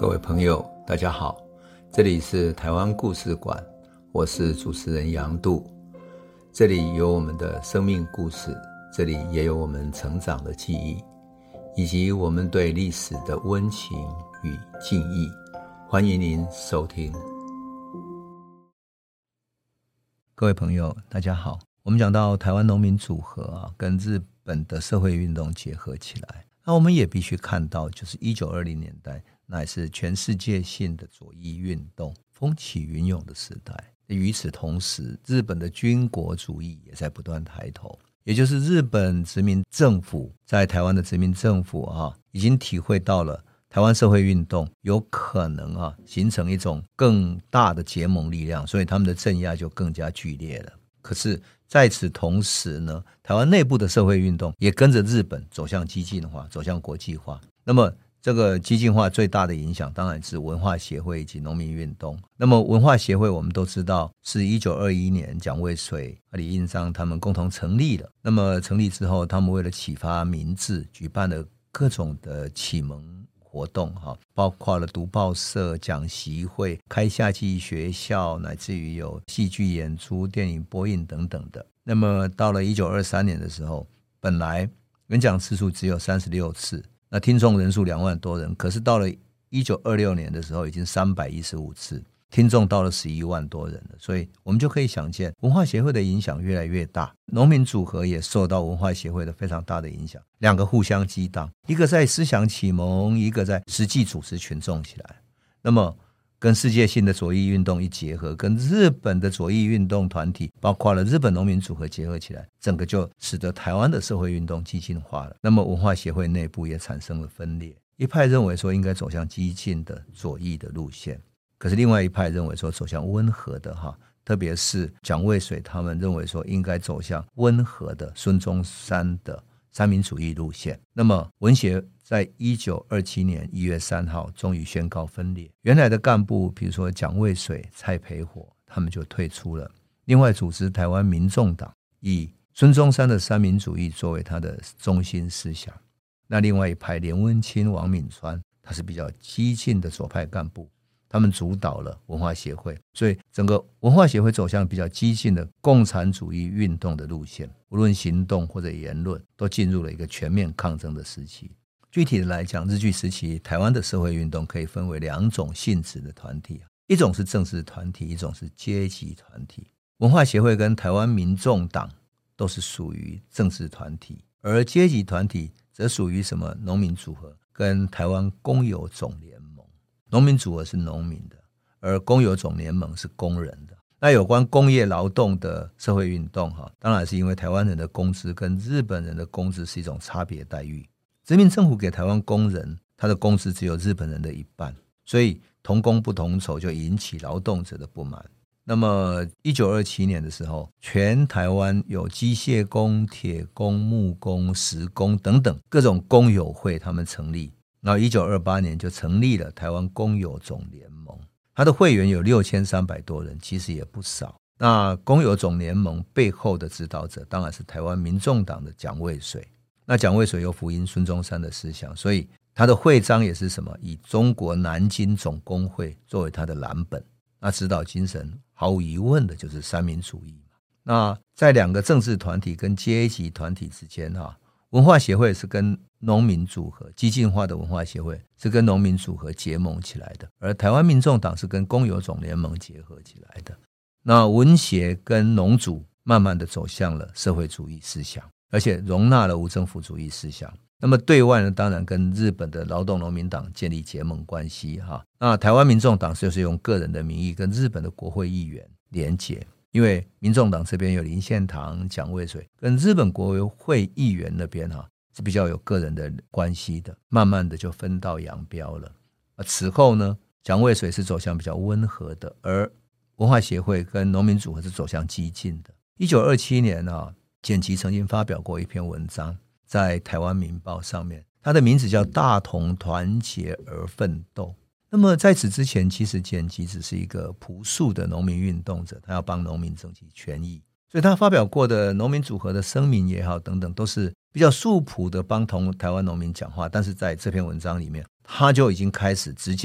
各位朋友大家好，这里是台湾故事馆，我是主持人杨度。这里有我们的生命故事，这里也有我们成长的记忆，以及我们对历史的温情与敬意。欢迎您收听。各位朋友大家好，我们讲到台湾农民组合跟日本的社会运动结合起来，那我们也必须看到，就是1920年代，那也是全世界性的左翼运动风起云涌的时代。与此同时，日本的军国主义也在不断抬头，也就是日本殖民政府在台湾的殖民政府已经体会到了台湾社会运动有可能形成一种更大的结盟力量，所以他们的镇压就更加剧烈了。可是在此同时呢，台湾内部的社会运动也跟着日本走向激进化，走向国际化。那么这个激进化最大的影响当然是文化协会以及农民运动。那么文化协会我们都知道是1921年蒋渭水、李应章他们共同成立了。那么成立之后，他们为了启发民智，举办了各种的启蒙活动，包括了读报社、讲习会、开夏季学校，乃至于有戏剧演出、电影播映等等的。那么到了1923年的时候，本来演讲次数只有36次，那听众人数2万多人，可是到了1926年的时候已经315次，听众到了11万多人了。所以我们就可以想见文化协会的影响越来越大，农民组合也受到文化协会的非常大的影响，两个互相激荡，一个在思想启蒙，一个在实际组织群众起来。那么跟世界性的左翼运动一结合，跟日本的左翼运动团体包括了日本农民组合结合起来，整个就使得台湾的社会运动激进化了。那么文化协会内部也产生了分裂，一派认为说应该走向激进的左翼的路线，可是另外一派认为说走向温和的特别是蒋渭水他们认为说应该走向温和的孙中山的三民主义路线。那么文协在1927年1月3号终于宣告分裂，原来的干部比如说蒋渭水、蔡培火他们就退出了，另外组织台湾民众党，以孙中山的三民主义作为他的中心思想。那另外一派连温卿、王敏川他是比较激进的左派干部，他们主导了文化协会，所以整个文化协会走向比较激进的共产主义运动的路线，无论行动或者言论都进入了一个全面抗争的时期。具体的来讲，日据时期台湾的社会运动可以分为2种性质的团体，一种是政治团体，一种是阶级团体。文化协会跟台湾民众党都是属于政治团体，而阶级团体则属于什么农民组合跟台湾工友总联盟。农民组合是农民的，而工友总联盟是工人的。那有关工业劳动的社会运动当然是因为台湾人的工资跟日本人的工资是一种差别待遇，殖民政府给台湾工人他的工资只有日本人的一半，所以同工不同酬就引起劳动者的不满。那么1927年的时候，全台湾有机械工、铁工、木工、石工等等各种工友会他们成立，然后1928年就成立了台湾工友总联盟，他的会员有6300多人，其实也不少。那工友总联盟背后的指导者当然是台湾民众党的蒋渭水，那蒋渭水又福音孙中山的思想，所以他的会章也是什么？以中国南京总工会作为他的蓝本。那指导精神毫无疑问的就是三民主义。那在两个政治团体跟阶级团体之间文化协会是跟农民组合，激进化的文化协会是跟农民组合结盟起来的，而台湾民众党是跟工友总联盟结合起来的。那文协跟农组慢慢的走向了社会主义思想，而且容纳了无政府主义思想。那么对外呢，当然跟日本的劳动农民党建立结盟关系那台湾民众党就是用个人的名义跟日本的国会议员连结，因为民众党这边有林献堂、蒋渭水，跟日本国会议员那边是比较有个人的关系的，慢慢的就分道扬镳了。此后呢，蒋渭水是走向比较温和的，而文化协会跟农民组合是走向激进的。1927年简吉曾经发表过一篇文章在台湾民报上面，它的名字叫大同团结而奋斗。那么在此之前，其实简吉只是一个朴素的农民运动者，他要帮农民争取权益，所以他发表过的农民组合的声明也好等等，都是比较素朴的帮台湾农民讲话。但是在这篇文章里面，他就已经开始直接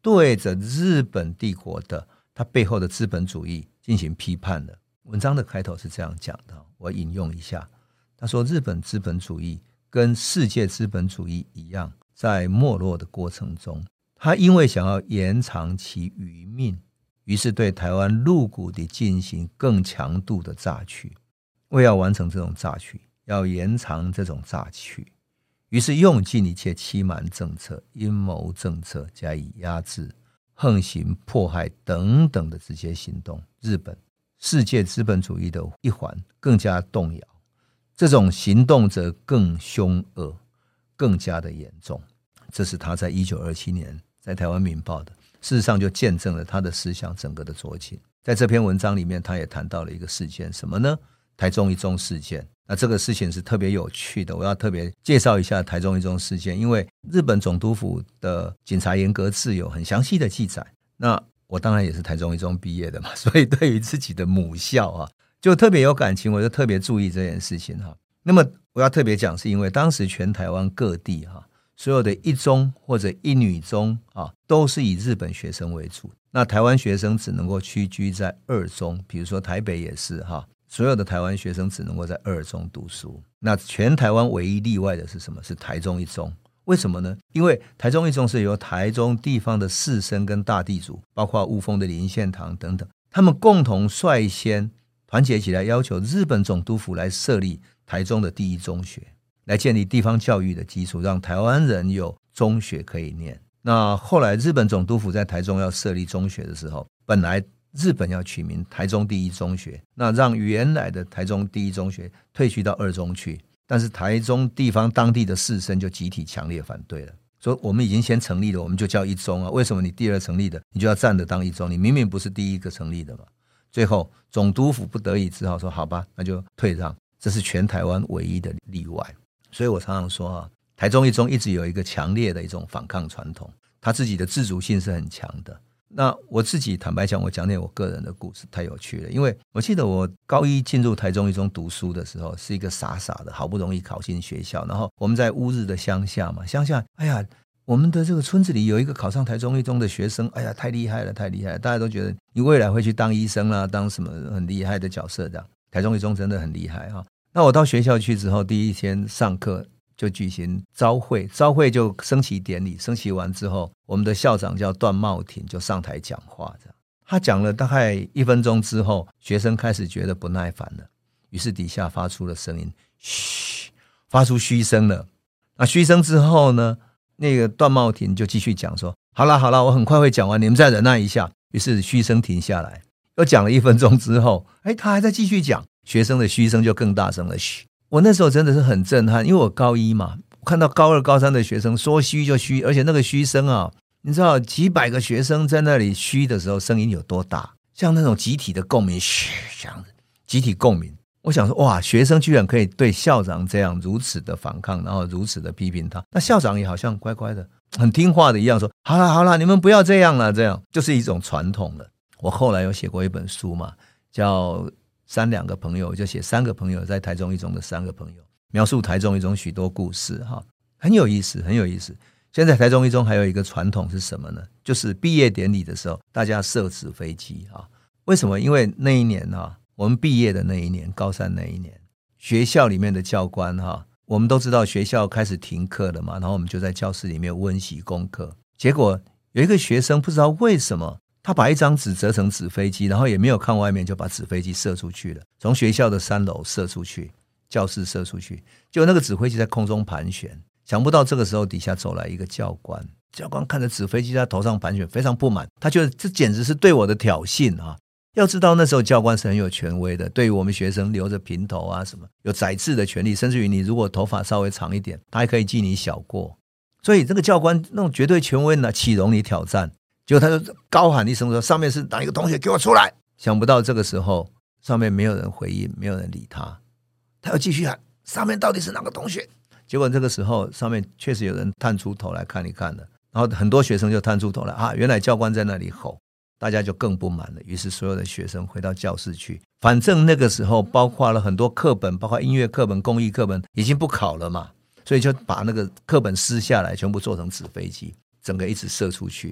对着日本帝国的它背后的资本主义进行批判的。文章的开头是这样讲的，我引用一下。他说，日本资本主义跟世界资本主义一样，在没落的过程中，他因为想要延长其余命，于是对台湾入股地进行更强度的榨取。为要完成这种榨取，要延长这种榨取，于是用尽一切欺瞒政策、阴谋政策加以压制、横行迫害等等的直接行动，日本世界资本主义的一环更加动摇，这种行动则更凶恶，更加的严重。这是他在1927年在台湾民报的，事实上就见证了他的思想整个的酌情。在这篇文章里面，他也谈到了一个事件，什么呢？台中一中事件。那这个事情是特别有趣的，我要特别介绍一下台中一中事件，因为日本总督府的警察严格制有很详细的记载。那我当然也是台中一中毕业的嘛，所以对于自己的母校啊，就特别有感情，我就特别注意这件事情哈。那么我要特别讲，是因为当时全台湾各地哈，所有的一中或者一女中啊，都是以日本学生为主。那台湾学生只能够屈居在二中，比如说台北也是哈，所有的台湾学生只能够在二中读书。那全台湾唯一例外的是什么？是台中一中。为什么呢？因为台中一中是由台中地方的士绅跟大地主，包括雾峰的林献堂等等，他们共同率先团结起来，要求日本总督府来设立台中的第一中学，来建立地方教育的基础，让台湾人有中学可以念。那后来日本总督府在台中要设立中学的时候，本来日本要取名台中第一中学，那让原来的台中第一中学退去到二中去，但是台中地方当地的士绅就集体强烈反对了，说我们已经先成立了，我们就叫一中啊，为什么你第二成立的你就要站着当一中？你明明不是第一个成立的嘛。最后总督府不得已只好说好吧，那就退让，这是全台湾唯一的例外。所以我常常说啊，台中一中一直有一个强烈的一种反抗传统，他自己的自主性是很强的。那我自己坦白讲，我讲点我个人的故事，太有趣了。因为我记得我高一进入台中一中读书的时候，是一个傻傻的，好不容易考进学校，然后我们在乌日的乡下嘛，乡下，哎呀，我们的这个村子里有一个考上台中一中的学生，哎呀，太厉害了，太厉害了，大家都觉得你未来会去当医生啦，当什么很厉害的角色这样。台中一中真的很厉害哈。那我到学校去之后，第一天上课就举行朝会，朝会就升旗典礼，升旗完之后，我们的校长叫段茂庭就上台讲话，这样他讲了大概1分钟之后，学生开始觉得不耐烦了，于是底下发出了声音，嘘，发出嘘声了。那嘘声之后呢，那个段茂庭就继续讲说，好啦好啦，我很快会讲完，你们再忍耐一下。于是嘘声停下来，又讲了1分钟之后，他还在继续讲，学生的嘘声就更大声了，嘘。我那时候真的是很震撼，因为我高一嘛，看到高2高3的学生说嘘就嘘，而且那个嘘声啊，你知道几百个学生在那里嘘的时候声音有多大，像那种集体的共鸣，嘘，这样子集体共鸣。我想说哇，学生居然可以对校长这样如此的反抗，然后如此的批评他，那校长也好像乖乖的很听话的一样说，好啦好啦，你们不要这样了，这样就是一种传统了。我后来有写过一本书嘛，叫3-2个朋友，我就写3个朋友在台中一中的3个朋友，描述台中一中许多故事哈，很有意思，很有意思。现在台中一中还有一个传统是什么呢？就是毕业典礼的时候，大家射纸飞机啊。为什么？因为那一年啊，我们毕业的那一年，高3那一年，学校里面的教官哈，我们都知道学校开始停课了嘛，然后我们就在教室里面温习功课。结果有一个学生不知道为什么，他把一张纸折成纸飞机，然后也没有看外面就把纸飞机射出去了，从学校的3楼射出去，教室射出去，结果那个纸飞机在空中盘旋，想不到这个时候底下走来一个教官，教官看着纸飞机在头上盘旋，非常不满，他觉得这简直是对我的挑衅啊！要知道那时候教官是很有权威的，对于我们学生留着平头啊什么，有宰制的权利，甚至于你如果头发稍微长一点，他还可以记你小过。所以这个教官那种绝对权威呢，岂容你挑战？结果他就高喊一声说，上面是哪一个同学，给我出来！想不到这个时候上面没有人回应，没有人理他，他又继续喊，上面到底是哪个同学？结果这个时候上面确实有人探出头来看一看了，然后很多学生就探出头来啊，原来教官在那里吼，大家就更不满了。于是所有的学生回到教室去，反正那个时候包括了很多课本，包括音乐课本、工艺课本已经不考了嘛，所以就把那个课本撕下来，全部做成纸飞机，整个一直射出去。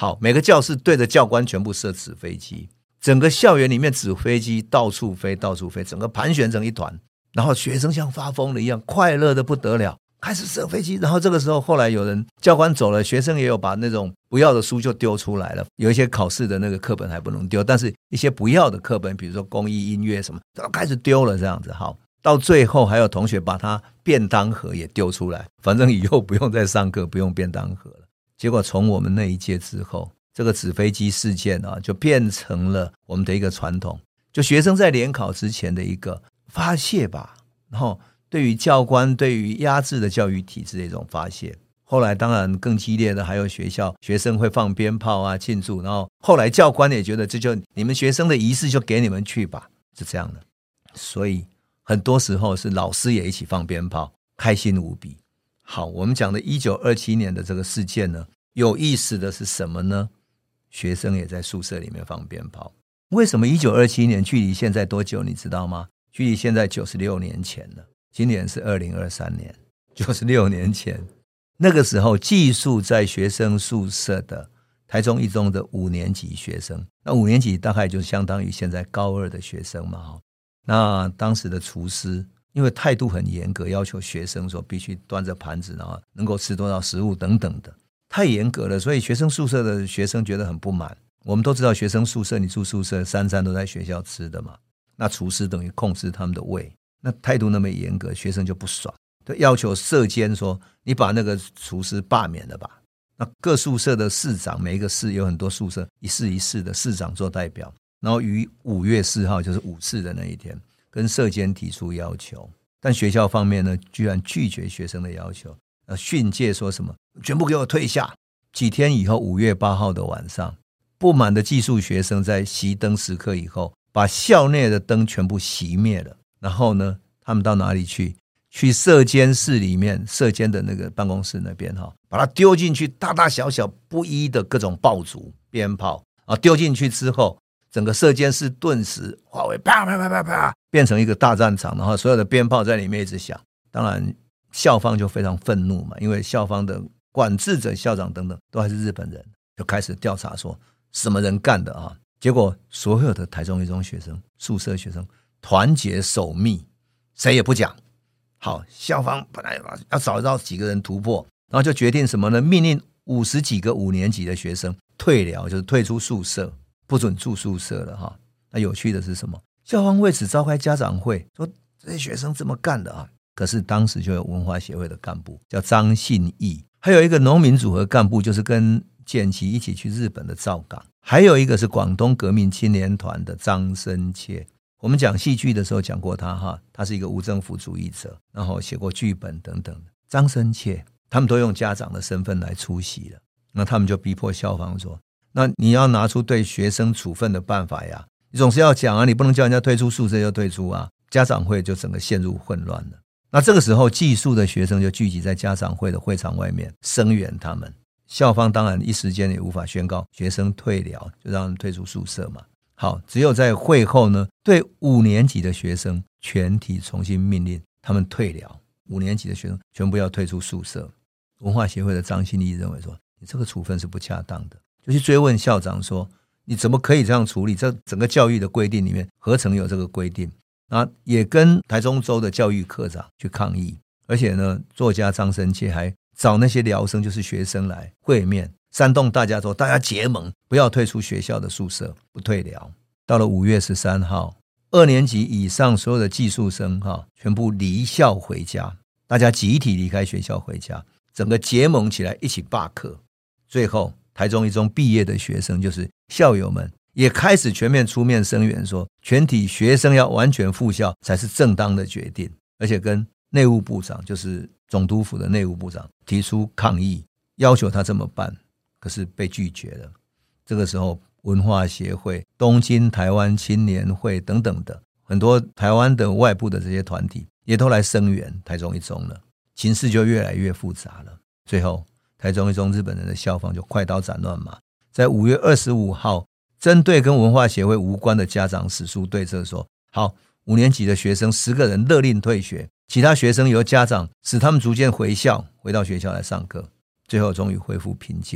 好，每个教室对着教官全部射纸飞机，整个校园里面纸飞机到处飞到处飞，整个盘旋成一团，然后学生像发疯了一样，快乐的不得了，开始射飞机。然后这个时候后来有人教官走了，学生也有把那种不要的书就丢出来了，有一些考试的那个课本还不能丢，但是一些不要的课本，比如说工艺音乐什么都开始丢了，这样子。好，到最后还有同学把他便当盒也丢出来，反正以后不用再上课，不用便当盒了。结果从我们那一届之后，这个纸飞机事件啊，就变成了我们的一个传统，就学生在联考之前的一个发泄吧，然后对于教官对于压制的教育体制的一种发泄。后来当然更激烈的还有学校学生会放鞭炮啊庆祝，然后后来教官也觉得这就你们学生的仪式就给你们去吧，是这样的。所以很多时候是老师也一起放鞭炮，开心无比。好，我们讲的1927年的这个事件呢，有意思的是什么呢？学生也在宿舍里面放鞭炮。为什么1927年距离现在多久你知道吗？距离现在96年前了，今年是2023年，96年前那个时候寄宿在学生宿舍的台中一中的5年级学生，那5年级大概就相当于现在高2的学生嘛。那当时的厨师因为态度很严格，要求学生说必须端着盘子，然后能够吃多少食物等等的，太严格了，所以学生宿舍的学生觉得很不满。我们都知道学生宿舍你住宿舍3餐都在学校吃的嘛，那厨师等于控制他们的胃，那态度那么严格，学生就不爽，就要求舍监说你把那个厨师罢免了吧。那各宿舍的室长，每一个市有很多宿舍，一市一市的市长做代表，然后于5月4号就是5次的那一天跟舍监提出要求，但学校方面呢居然拒绝学生的要求，训诫说什么全部给我退下。几天以后5月8号的晚上，不满的寄宿学生在熄灯时刻以后把校内的灯全部熄灭了，然后呢他们到哪里去舍监室里面，舍监的那个办公室那边把它丢进去，大大小小不一的各种爆竹鞭炮丢进去之后，整个舍监室顿时化为啪啪啪啪啪，变成一个大战场，然后所有的鞭炮在里面一直响。当然校方就非常愤怒嘛，因为校方的管制者校长等等都还是日本人，就开始调查说什么人干的啊？结果所有的台中一中学生宿舍学生团结守密，谁也不讲。好，校方本来要找到几个人突破，然后就决定什么呢？命令50几个5年级的学生退寮，就是退出宿舍，不准住宿舍了哈。那有趣的是什么？校方为此召开家长会，说这些学生这么干的啊。可是当时就有文化协会的干部叫张信义，还有一个农民组合干部就是跟简琦一起去日本的赵港，还有一个是广东革命青年团的张生切。我们讲戏剧的时候讲过他是一个无政府主义者，然后写过剧本等等的。张生切他们都用家长的身份来出席了，那他们就逼迫校方说，那你要拿出对学生处分的办法呀，你总是要讲啊，你不能叫人家退出宿舍就退出啊。家长会就整个陷入混乱了。那这个时候寄宿的学生就聚集在家长会的会场外面声援他们，校方当然一时间也无法宣告学生退寮，就让人退出宿舍嘛。好，只有在会后呢，对5年级的学生全体重新命令他们退寮，5年级的学生全部要退出宿舍。文化协会的张信义认为说，你这个处分是不恰当的，就去追问校长说，你怎么可以这样处理？这整个教育的规定里面何曾有这个规定？也跟台中州的教育科长去抗议，而且呢，作家张生切还找那些寮生，就是学生来会面，煽动大家说，大家结盟，不要退出学校的宿舍，不退寮。到了5月13号，2年级以上所有的寄宿生全部离校回家，大家集体离开学校回家，整个结盟起来一起罢课。最后台中一中毕业的学生，就是校友们也开始全面出面声援，说全体学生要完全复校才是正当的决定，而且跟内务部长，就是总督府的内务部长提出抗议，要求他这么办，可是被拒绝了。这个时候文化协会、东京台湾青年会等等的很多台湾的外部的这些团体也都来声援台中一中了，情势就越来越复杂了。最后台中一中日本人的校方就快刀斩乱麻，在5月25号针对跟文化协会无关的家长史书对策说，好，5年级的学生10个人勒令退学，其他学生由家长使他们逐渐回校，回到学校来上课。最后终于恢复平静了。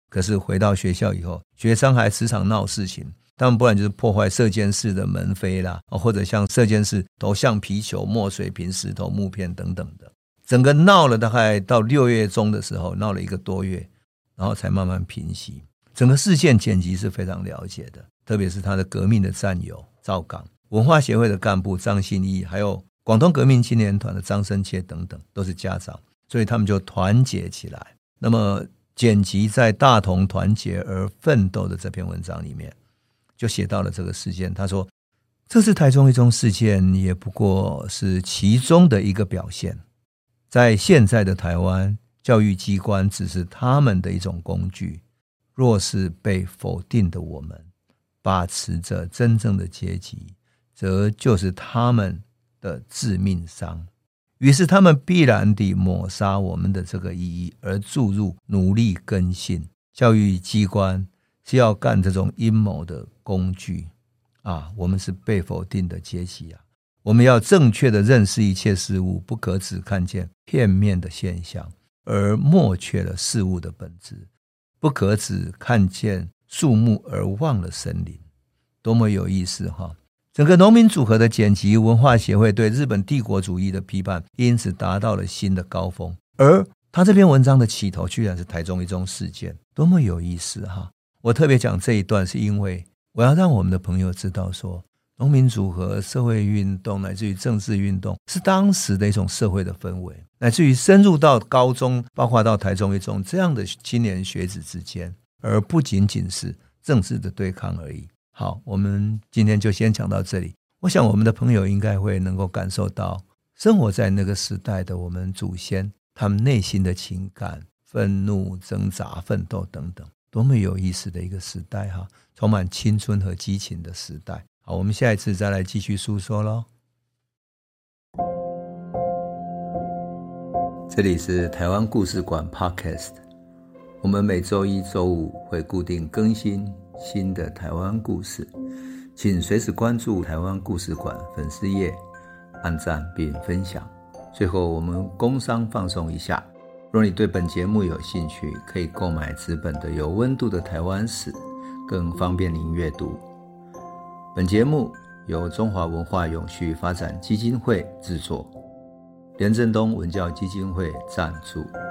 可是回到学校以后，学生还时常闹事情，他们不然就是破坏射箭室的门扉啦，或者向射箭室投橡皮球、墨水瓶、石头、木片等等的。整个闹了大概到6月中的时候，闹了1个多月，然后才慢慢平息。整个事件剪辑是非常了解的，特别是他的革命的战友赵刚，文化协会的干部张信义，还有广东革命青年团的张生切等等，都是家长，所以他们就团结起来。那么剪辑在大同团结而奋斗的这篇文章里面就写到了这个事件，他说这次台中一中事件也不过是其中的一个表现，在现在的台湾，教育机关只是他们的一种工具，若是被否定的我们把持着真正的阶级，则就是他们的致命伤。于是他们必然地抹杀我们的这个意义，而注入努力更新。教育机关是要干这种阴谋的工具啊！我们是被否定的阶级啊！我们要正确的认识一切事物，不可只看见片面的现象，而漠却了事物的本质，不可只看见树木而忘了森林。多么有意思哈！整个农民组合的剪辑，文化协会对日本帝国主义的批判因此达到了新的高峰，而他这篇文章的起头居然是台中一中事件，多么有意思哈！我特别讲这一段是因为我要让我们的朋友知道说，农民组合、社会运动乃至于政治运动是当时的一种社会的氛围，乃至于深入到高中，包括到台中一中这样的青年学子之间，而不仅仅是政治的对抗而已。好，我们今天就先讲到这里。我想我们的朋友应该会能够感受到生活在那个时代的我们祖先，他们内心的情感、愤怒、挣扎、奋斗等等，多么有意思的一个时代哈，充满青春和激情的时代。好，我们下一次再来继续诉说咯。这里是台湾故事馆 Podcast， 我们每周一、周五会固定更新新的台湾故事，请随时关注台湾故事馆粉丝页，按赞并分享。最后我们工商放送一下，若你对本节目有兴趣，可以购买纸本的有温度的台湾史，更方便您阅读。本节目由中华文化永续发展基金会制作，连震东文教基金会赞助。